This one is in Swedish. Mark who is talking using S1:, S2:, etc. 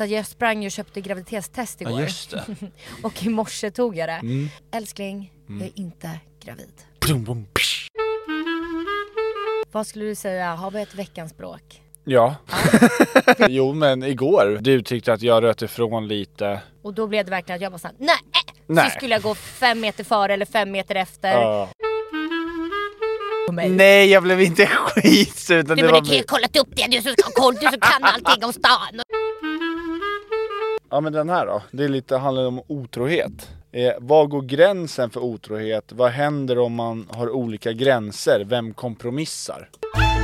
S1: att jag sprang och köpte graviditetstest igår.
S2: Ja, just det.
S1: Och i morse tog jag det. Älskling, jag är inte gravid. Vad skulle du säga? Har vi ett veckans bråk?
S2: Ja. Jo, men igår du tyckte att jag röt ifrån lite.
S1: Och då blev det verkligen att jag var såhär, nej. Så skulle jag gå 5 meter före eller 5 meter efter.
S2: Nej, jag blev inte skit. Utan
S1: Du kan ju kollat upp det, du som ska ha koll, du som kan allting om stan.
S2: Ja, men den här då, det är lite, handlar om otrohet. Vad går gränsen för otrohet? Vad händer om man har olika gränser? Vem kompromissar?